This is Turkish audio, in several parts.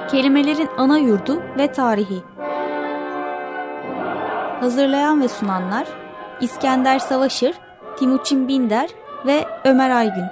Kelimelerin ana yurdu ve tarihi. Hazırlayan ve sunanlar İskender Savaşır, Timuçin Binder ve Ömer Aygün.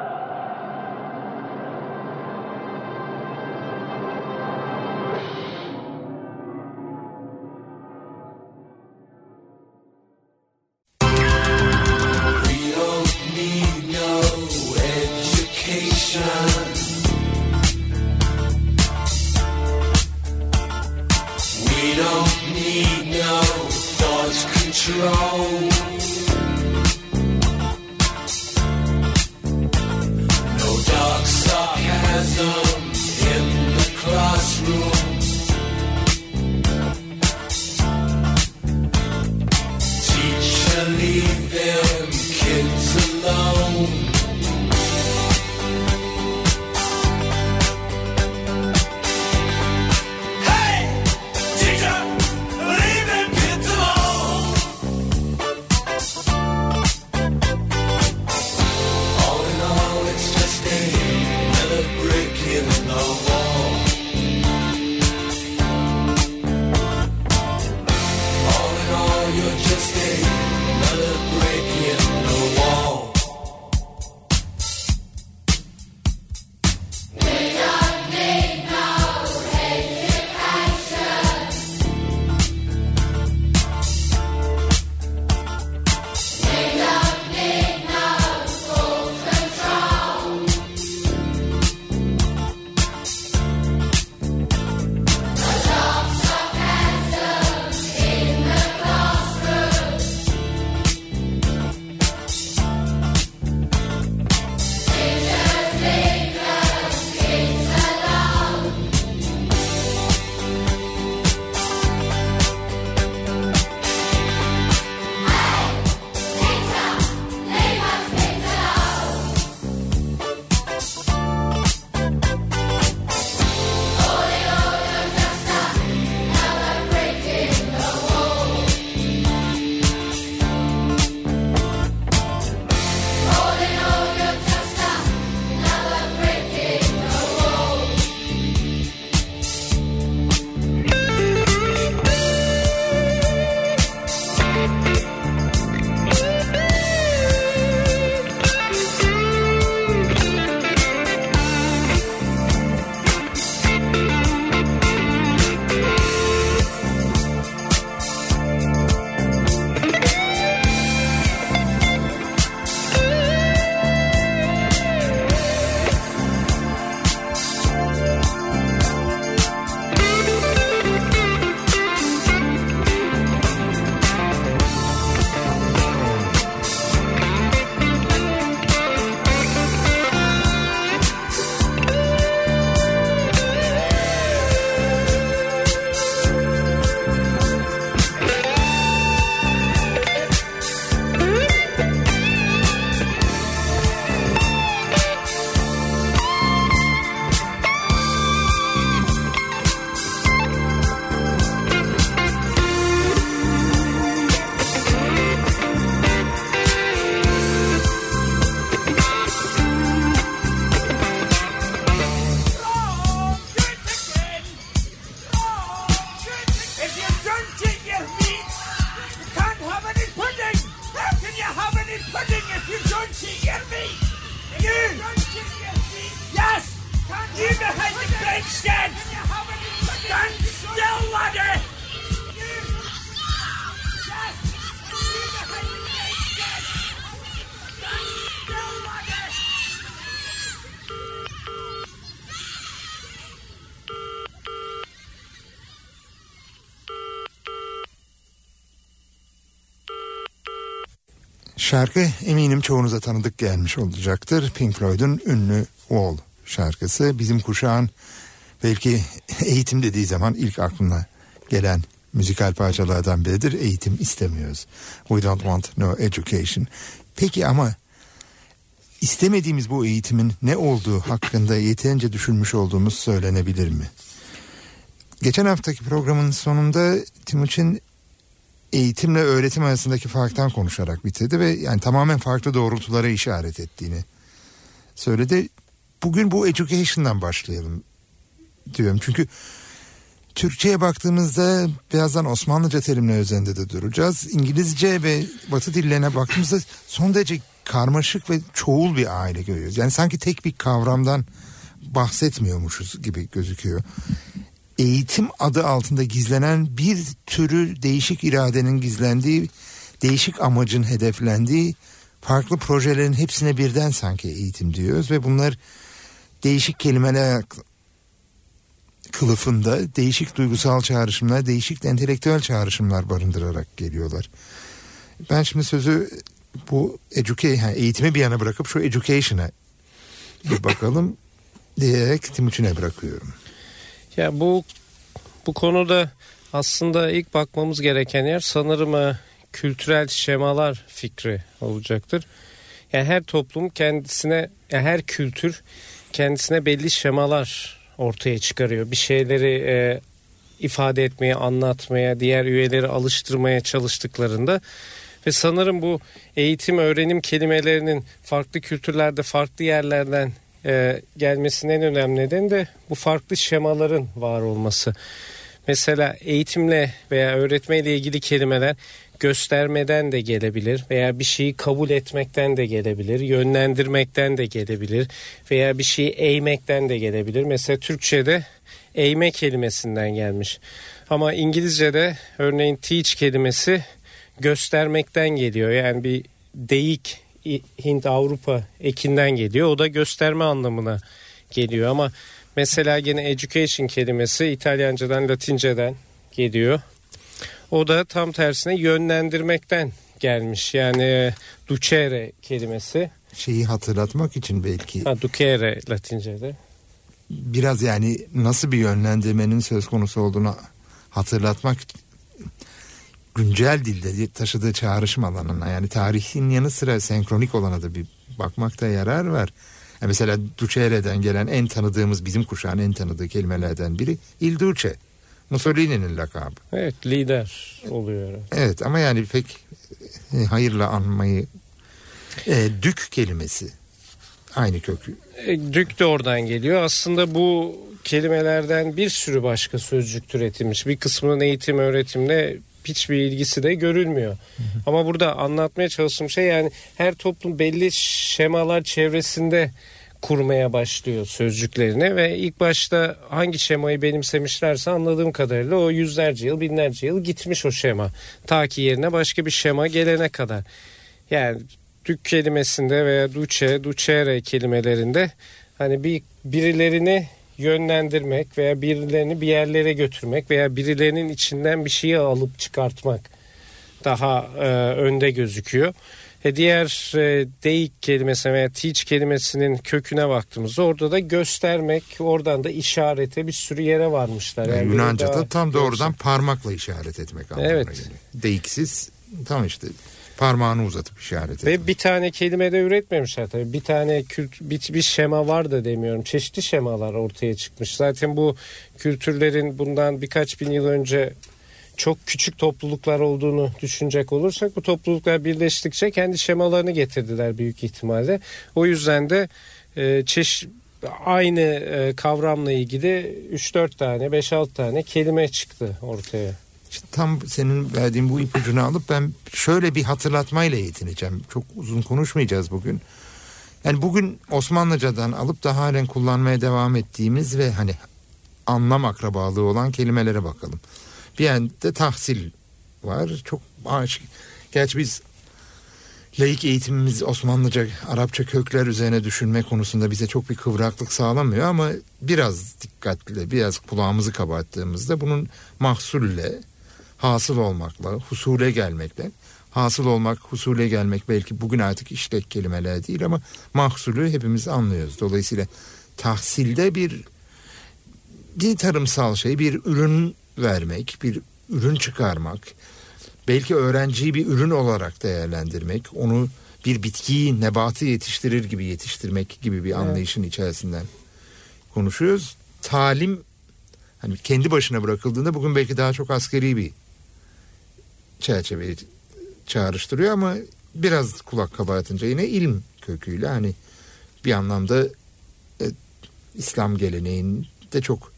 Şarkı eminim çoğunuza tanıdık gelmiş olacaktır. Pink Floyd'un ünlü Wall şarkısı. Bizim kuşağın belki eğitim dediği zaman ilk aklına gelen müzikal parçalardan biridir. Eğitim istemiyoruz. We don't want no education. Peki ama istemediğimiz bu eğitimin ne olduğu hakkında yeterince düşünmüş olduğumuz söylenebilir mi? Geçen haftaki programın sonunda Timuçin eğitimle öğretim arasındaki farktan konuşarak bitirdi ve yani tamamen farklı doğrultulara işaret ettiğini söyledi. Bugün bu education'dan başlayalım. diyorum. Çünkü Türkçe'ye baktığımızda birazdan Osmanlıca terimler üzerinde de duracağız. İngilizce ve Batı dillerine baktığımızda son derece karmaşık ve çoğul bir aile görüyoruz. Yani sanki tek bir kavramdan bahsetmiyormuşuz gibi gözüküyor. Eğitim adı altında gizlenen bir türü değişik iradenin gizlendiği, değişik amacın hedeflendiği farklı projelerin hepsine birden sanki eğitim diyoruz ve bunlar değişik kelimeler kılıfında değişik duygusal çağrışımlar, değişik entelektüel çağrışımlar barındırarak geliyorlar. Ben şimdi sözü bu eğitimi bir yana bırakıp şu education'a bir bakalım diyerek Timuçin'e bırakıyorum. Ya bu konuda aslında ilk bakmamız gereken yer sanırım kültürel şemalar fikri olacaktır. Yani her toplum kendisine, yani her kültür kendisine belli şemalar ortaya çıkarıyor. Bir şeyleri ifade etmeye, anlatmaya, diğer üyeleri alıştırmaya çalıştıklarında ve sanırım bu eğitim, öğrenim kelimelerinin farklı kültürlerde, farklı yerlerden gelmesinin en önemli nedeni de bu farklı şemaların var olması. Mesela eğitimle veya öğretmeyle ilgili kelimeler göstermeden de gelebilir veya bir şeyi kabul etmekten de gelebilir, yönlendirmekten de gelebilir veya bir şeyi eğmekten de gelebilir. Mesela Türkçe'de eğme kelimesinden gelmiş. Ama İngilizce'de örneğin teach kelimesi göstermekten geliyor. Yani bir deyik Hint-Avrupa ekinden geliyor. O da gösterme anlamına geliyor. Ama mesela gene education kelimesi İtalyancadan, Latinceden geliyor. O da tam tersine yönlendirmekten gelmiş. Yani ducere kelimesi. Şeyi hatırlatmak için belki. Ducere Latince'de. Biraz yani nasıl bir yönlendirmenin söz konusu olduğunu hatırlatmak, güncel dilde taşıdığı çağrışım alanına, yani tarihin yanı sıra senkronik olana da bir bakmakta yarar var. Yani mesela Ducere'den gelen en tanıdığımız, bizim kuşağın en tanıdığı kelimelerden biri Il Duce. Mussolini'nin lakabı. Evet, lider oluyor. Evet ama yani pek hayırla anmayı dük kelimesi aynı kökü. Dük de oradan geliyor. Aslında bu kelimelerden bir sürü başka sözcük türetilmiş. Bir kısmının eğitim öğretimle hiçbir ilgisi de görülmüyor. Hı hı. Ama burada anlatmaya çalıştığım şey, yani her toplum belli şemalar çevresinde kurmaya başlıyor sözcüklerini ve ilk başta hangi şemayı benimsemişlerse anladığım kadarıyla o yüzlerce yıl, binlerce yıl gitmiş o şema. Ta ki yerine başka bir şema gelene kadar. Yani dük kelimesinde veya ducere kelimelerinde hani birilerini yönlendirmek veya birilerini bir yerlere götürmek veya birilerinin içinden bir şeyi alıp çıkartmak daha önde gözüküyor. Diğer deyik kelimesi veya teach kelimesinin köküne baktığımızda orada da göstermek, oradan da işarete bir sürü yere varmışlar. Yani Yunanca'da tam doğrudan parmakla işaret etmek anlamına geliyor. Deyiksiz tam işte parmağını uzatıp işaret etmek. Ve bir tane kelime de üretmemişler tabii. Bir tane bir şema var da demiyorum. Çeşitli şemalar ortaya çıkmış. Zaten bu kültürlerin bundan birkaç bin yıl önce çok küçük topluluklar olduğunu düşünecek olursak, bu topluluklar birleştikçe kendi şemalarını getirdiler büyük ihtimalle. O yüzden de aynı kavramla ilgili 3-4 tane, 5-6 tane kelime çıktı ortaya. İşte tam senin verdiğin bu ipucunu alıp ben şöyle bir hatırlatmayla yetineceğim. Çok uzun konuşmayacağız bugün. Yani bugün Osmanlıcadan alıp da halen kullanmaya devam ettiğimiz ve hani anlam akrabalığı olan kelimelere bakalım. Bir yerde tahsil var. Çok aşık. Gerçi biz laik eğitimimiz Osmanlıca, Arapça kökler üzerine düşünme konusunda bize çok bir kıvraklık sağlamıyor ama biraz dikkatli, biraz kulağımızı kabarttığımızda bunun mahsulle, hasıl olmakla, husule gelmekle, hasıl olmak, husule gelmek belki bugün artık işlek kelimeler değil ama mahsulü hepimiz anlıyoruz. Dolayısıyla tahsilde bir tarımsal şey, bir ürün vermek, bir ürün çıkarmak, belki öğrenciyi bir ürün olarak değerlendirmek, onu bir bitkiyi, nebatı yetiştirir gibi yetiştirmek gibi bir anlayışın içerisinden konuşuyoruz. Talim hani kendi başına bırakıldığında bugün belki daha çok askeri bir çerçeveyi çağrıştırıyor ama biraz kulak kabartınca yine ilim köküyle hani bir anlamda İslam geleneğinde çok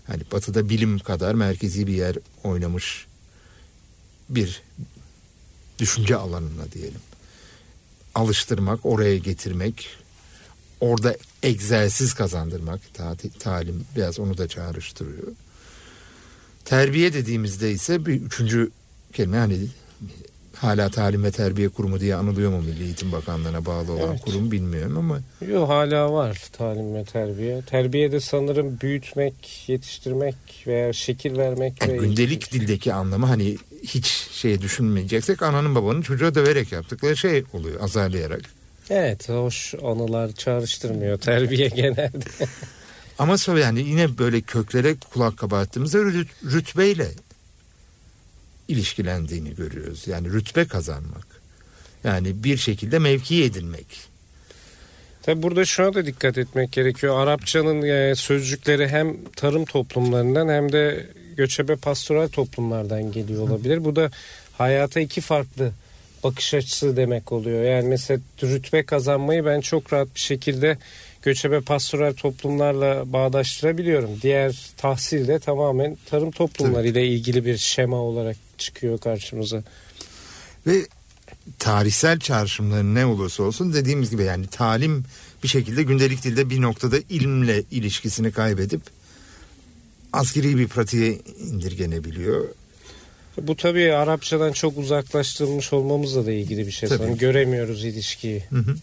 hani Batı'da bilim kadar merkezi bir yer oynamış bir düşünce alanına diyelim. Alıştırmak, oraya getirmek, orada egzersiz kazandırmak, talim biraz onu da çağrıştırıyor. Terbiye dediğimizde ise bir üçüncü kelime, hani hala Talim ve Terbiye Kurumu diye anılıyor mu Milli Eğitim Bakanlığı'na bağlı olan kurum bilmiyorum ama. Yok, hala var talim ve terbiye. Terbiye de sanırım büyütmek, yetiştirmek veya şekil vermek. Yani gündelik dildeki anlamı hani hiç düşünmeyeceksek ananın babanın çocuğa döverek yaptıkları şey oluyor, azarlayarak. Evet, hoş anılar çağrıştırmıyor terbiye genelde. Ama sonra yani yine böyle köklere kulak kabarttığımızda rütbeyle ilişkilendiğini görüyoruz. Yani rütbe kazanmak. Yani bir şekilde mevki edinmek. Tabi burada şuna da dikkat etmek gerekiyor. Arapçanın sözcükleri hem tarım toplumlarından hem de göçebe pastoral toplumlardan geliyor olabilir. Bu da hayata iki farklı bakış açısı demek oluyor. Yani mesela rütbe kazanmayı ben çok rahat bir şekilde göçebe pastoral toplumlarla bağdaştırabiliyorum. Diğer tahsil de tamamen tarım toplumlarıyla ilgili bir şema olarak çıkıyor karşımıza. Ve tarihsel çağrışımları ne olursa olsun dediğimiz gibi yani talim bir şekilde gündelik dilde bir noktada ilimle ilişkisini kaybedip askeri bir pratiğe indirgenebiliyor. Bu tabii Arapçadan çok uzaklaştırılmış olmamızla da ilgili bir şey. Sanırım göremiyoruz ilişkiyi. Hı hı.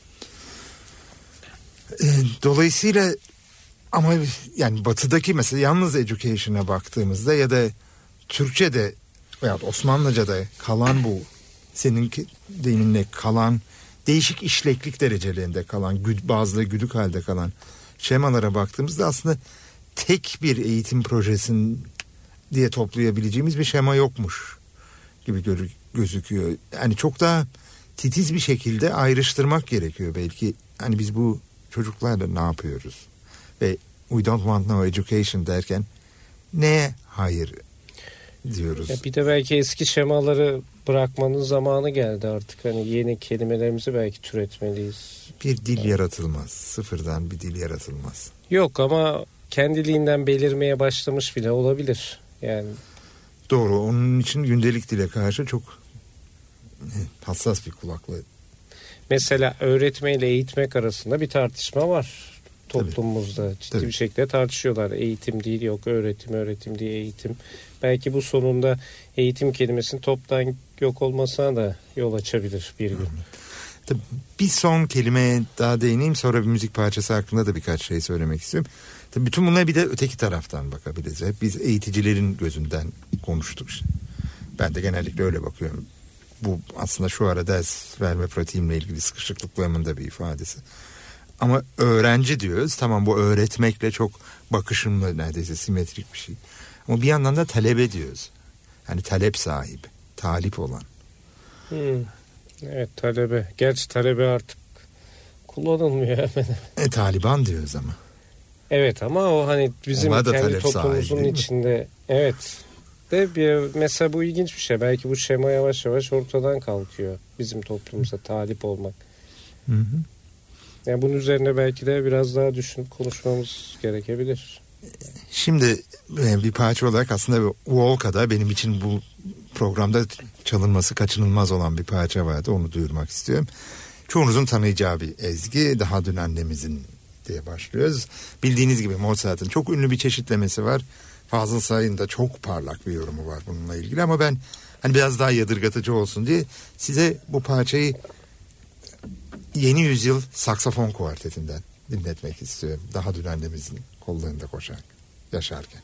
Dolayısıyla ama yani Batı'daki mesela yalnız education'a baktığımızda ya da Türkçe'de veya Osmanlıca'da kalan bu senin deyiminle kalan değişik işleklik derecelerinde kalan bazıları güdük halde kalan şemalara baktığımızda aslında tek bir eğitim projesinin diye toplayabileceğimiz bir şema yokmuş gibi gözüküyor. Yani çok daha titiz bir şekilde ayrıştırmak gerekiyor belki. Hani biz bu çocuklarla ne yapıyoruz? Ve we don't want no education derken neye hayır diyoruz? Ya bir de belki eski şemaları bırakmanın zamanı geldi artık. Hani yeni kelimelerimizi belki türetmeliyiz. Bir dil yaratılmaz. Sıfırdan bir dil yaratılmaz. Yok ama kendiliğinden belirmeye başlamış bile olabilir. Yani doğru. Onun için gündelik dile karşı çok hassas bir kulakla. Mesela öğretmeyle eğitmek arasında bir tartışma var toplumumuzda. Ciddi bir şekilde tartışıyorlar. Eğitim değil, yok öğretim değil, eğitim. Belki bu sonunda eğitim kelimesinin toptan yok olmasına da yol açabilir bir gün. Tabii bir son kelimeye daha değineyim, sonra bir müzik parçası hakkında da birkaç şey söylemek istiyorum. Tabii bütün bunlara bir de öteki taraftan bakabiliriz. Hep biz eğiticilerin gözünden konuştuk. Ben de genellikle öyle bakıyorum. Bu aslında şu ara ders verme pratiğimle ilgili sıkışıklıklarımın da bir ifadesi. Ama öğrenci diyoruz. Tamam, bu öğretmekle çok bakışımla neredeyse simetrik bir şey. Ama bir yandan da talebe diyoruz. Yani talep sahibi, talip olan. Evet, talebe. Gerçi talebe artık kullanılmıyor hemen. Taliban diyoruz ama. Evet ama o hani bizim kendi toplumumuzun sahibi, içinde. Evet. Mesela bu ilginç bir şey. Belki bu şema yavaş yavaş ortadan kalkıyor. Bizim toplumumuza talip olmak. Hı hı. Yani bunun üzerine belki de biraz daha düşünüp konuşmamız gerekebilir. Şimdi bir parça olarak aslında Walka'da benim için bu programda çalınması kaçınılmaz olan bir parça vardı. Onu duyurmak istiyorum. Çoğunuzun tanıyacağı bir ezgi. Daha dün annemizin diye başlıyoruz. Bildiğiniz gibi Mozart'ın çok ünlü bir çeşitlemesi var. Fazıl Say'ın da çok parlak bir yorumu var bununla ilgili ama ben hani biraz daha yadırgatıcı olsun diye size bu parçayı Yeni Yüzyıl Saksafon Kuartetinden dinletmek istiyorum. Daha dün annemizin kollarında yaşarken.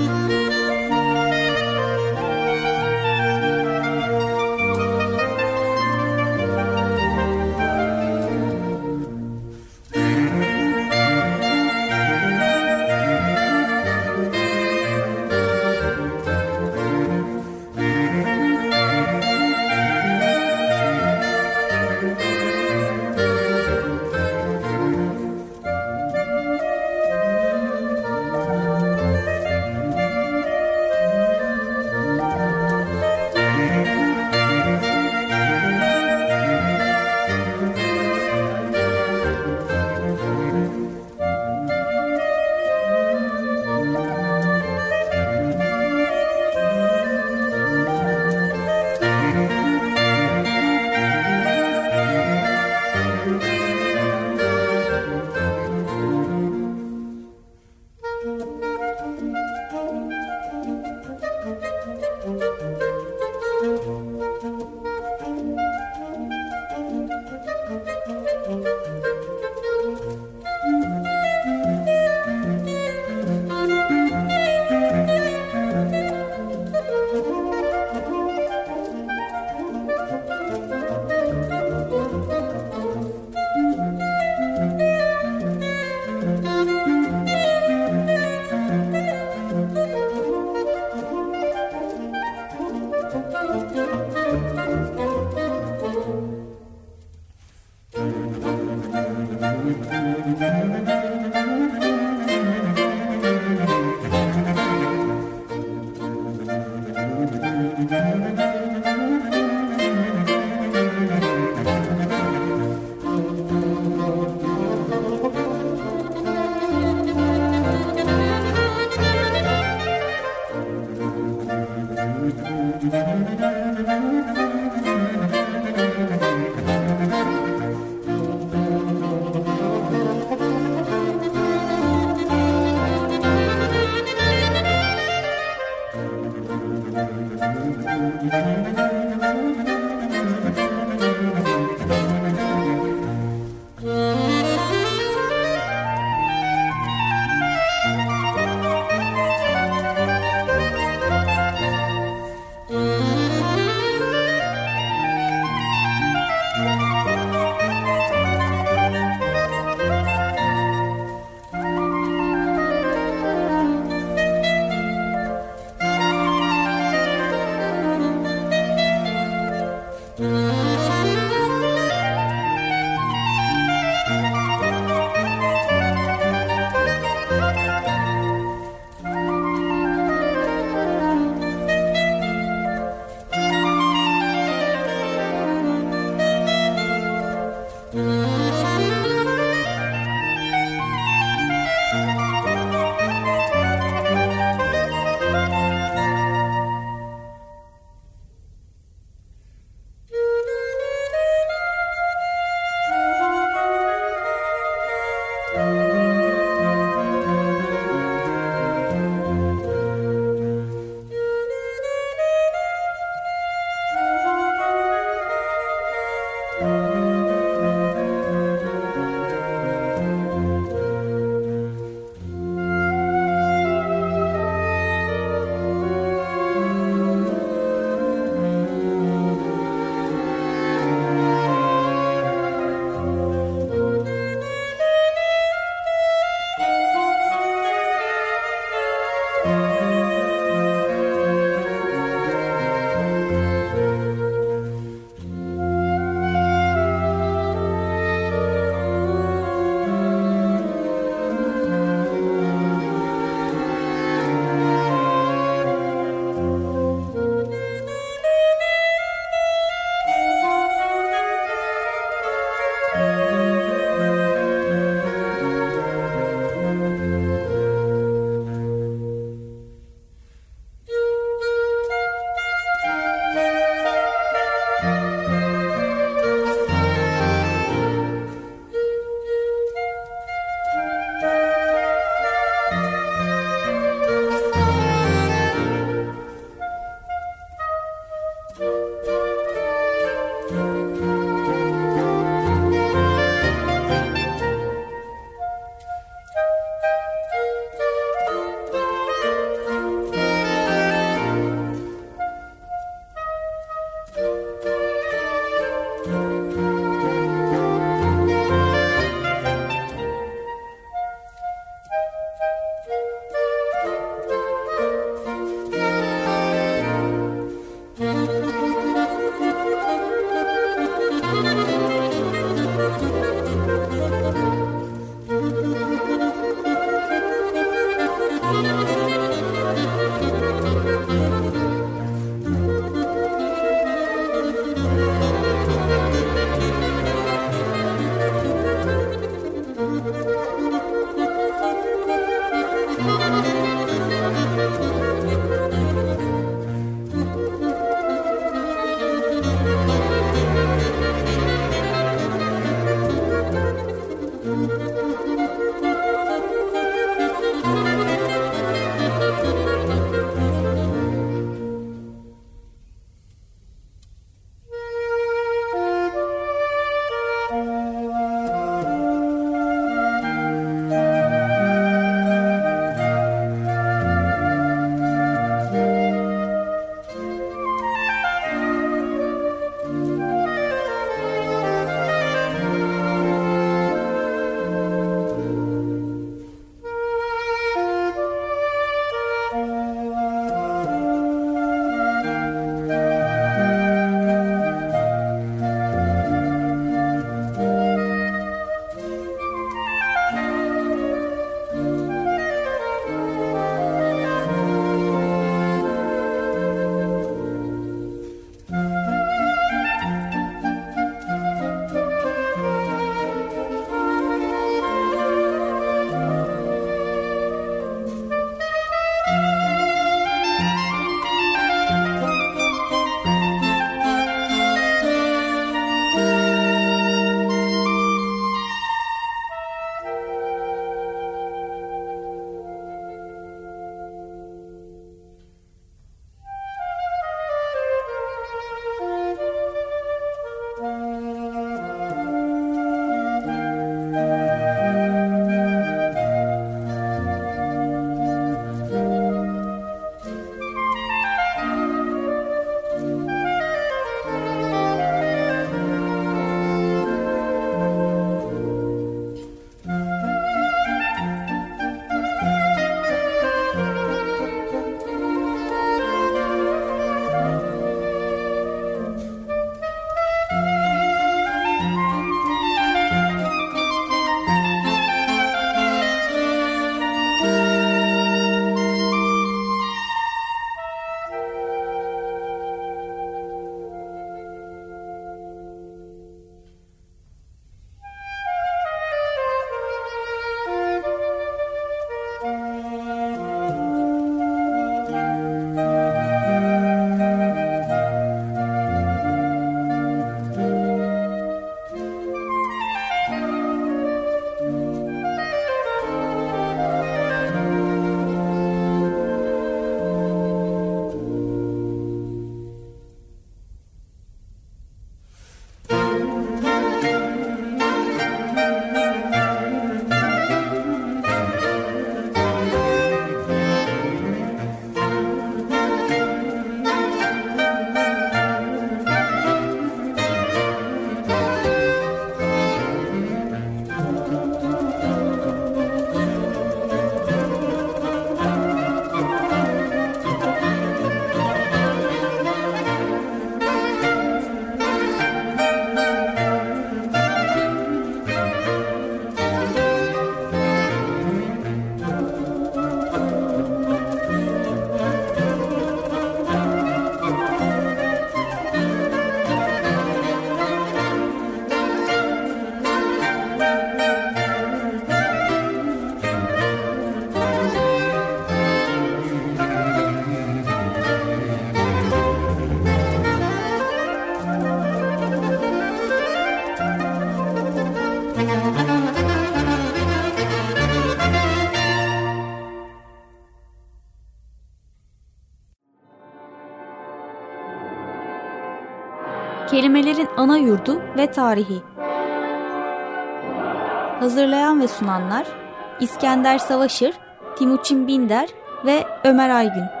Kelimelerin ana yurdu ve tarihi. Hazırlayan ve sunanlar İskender Savaşır, Timuçin Binder ve Ömer Aygün.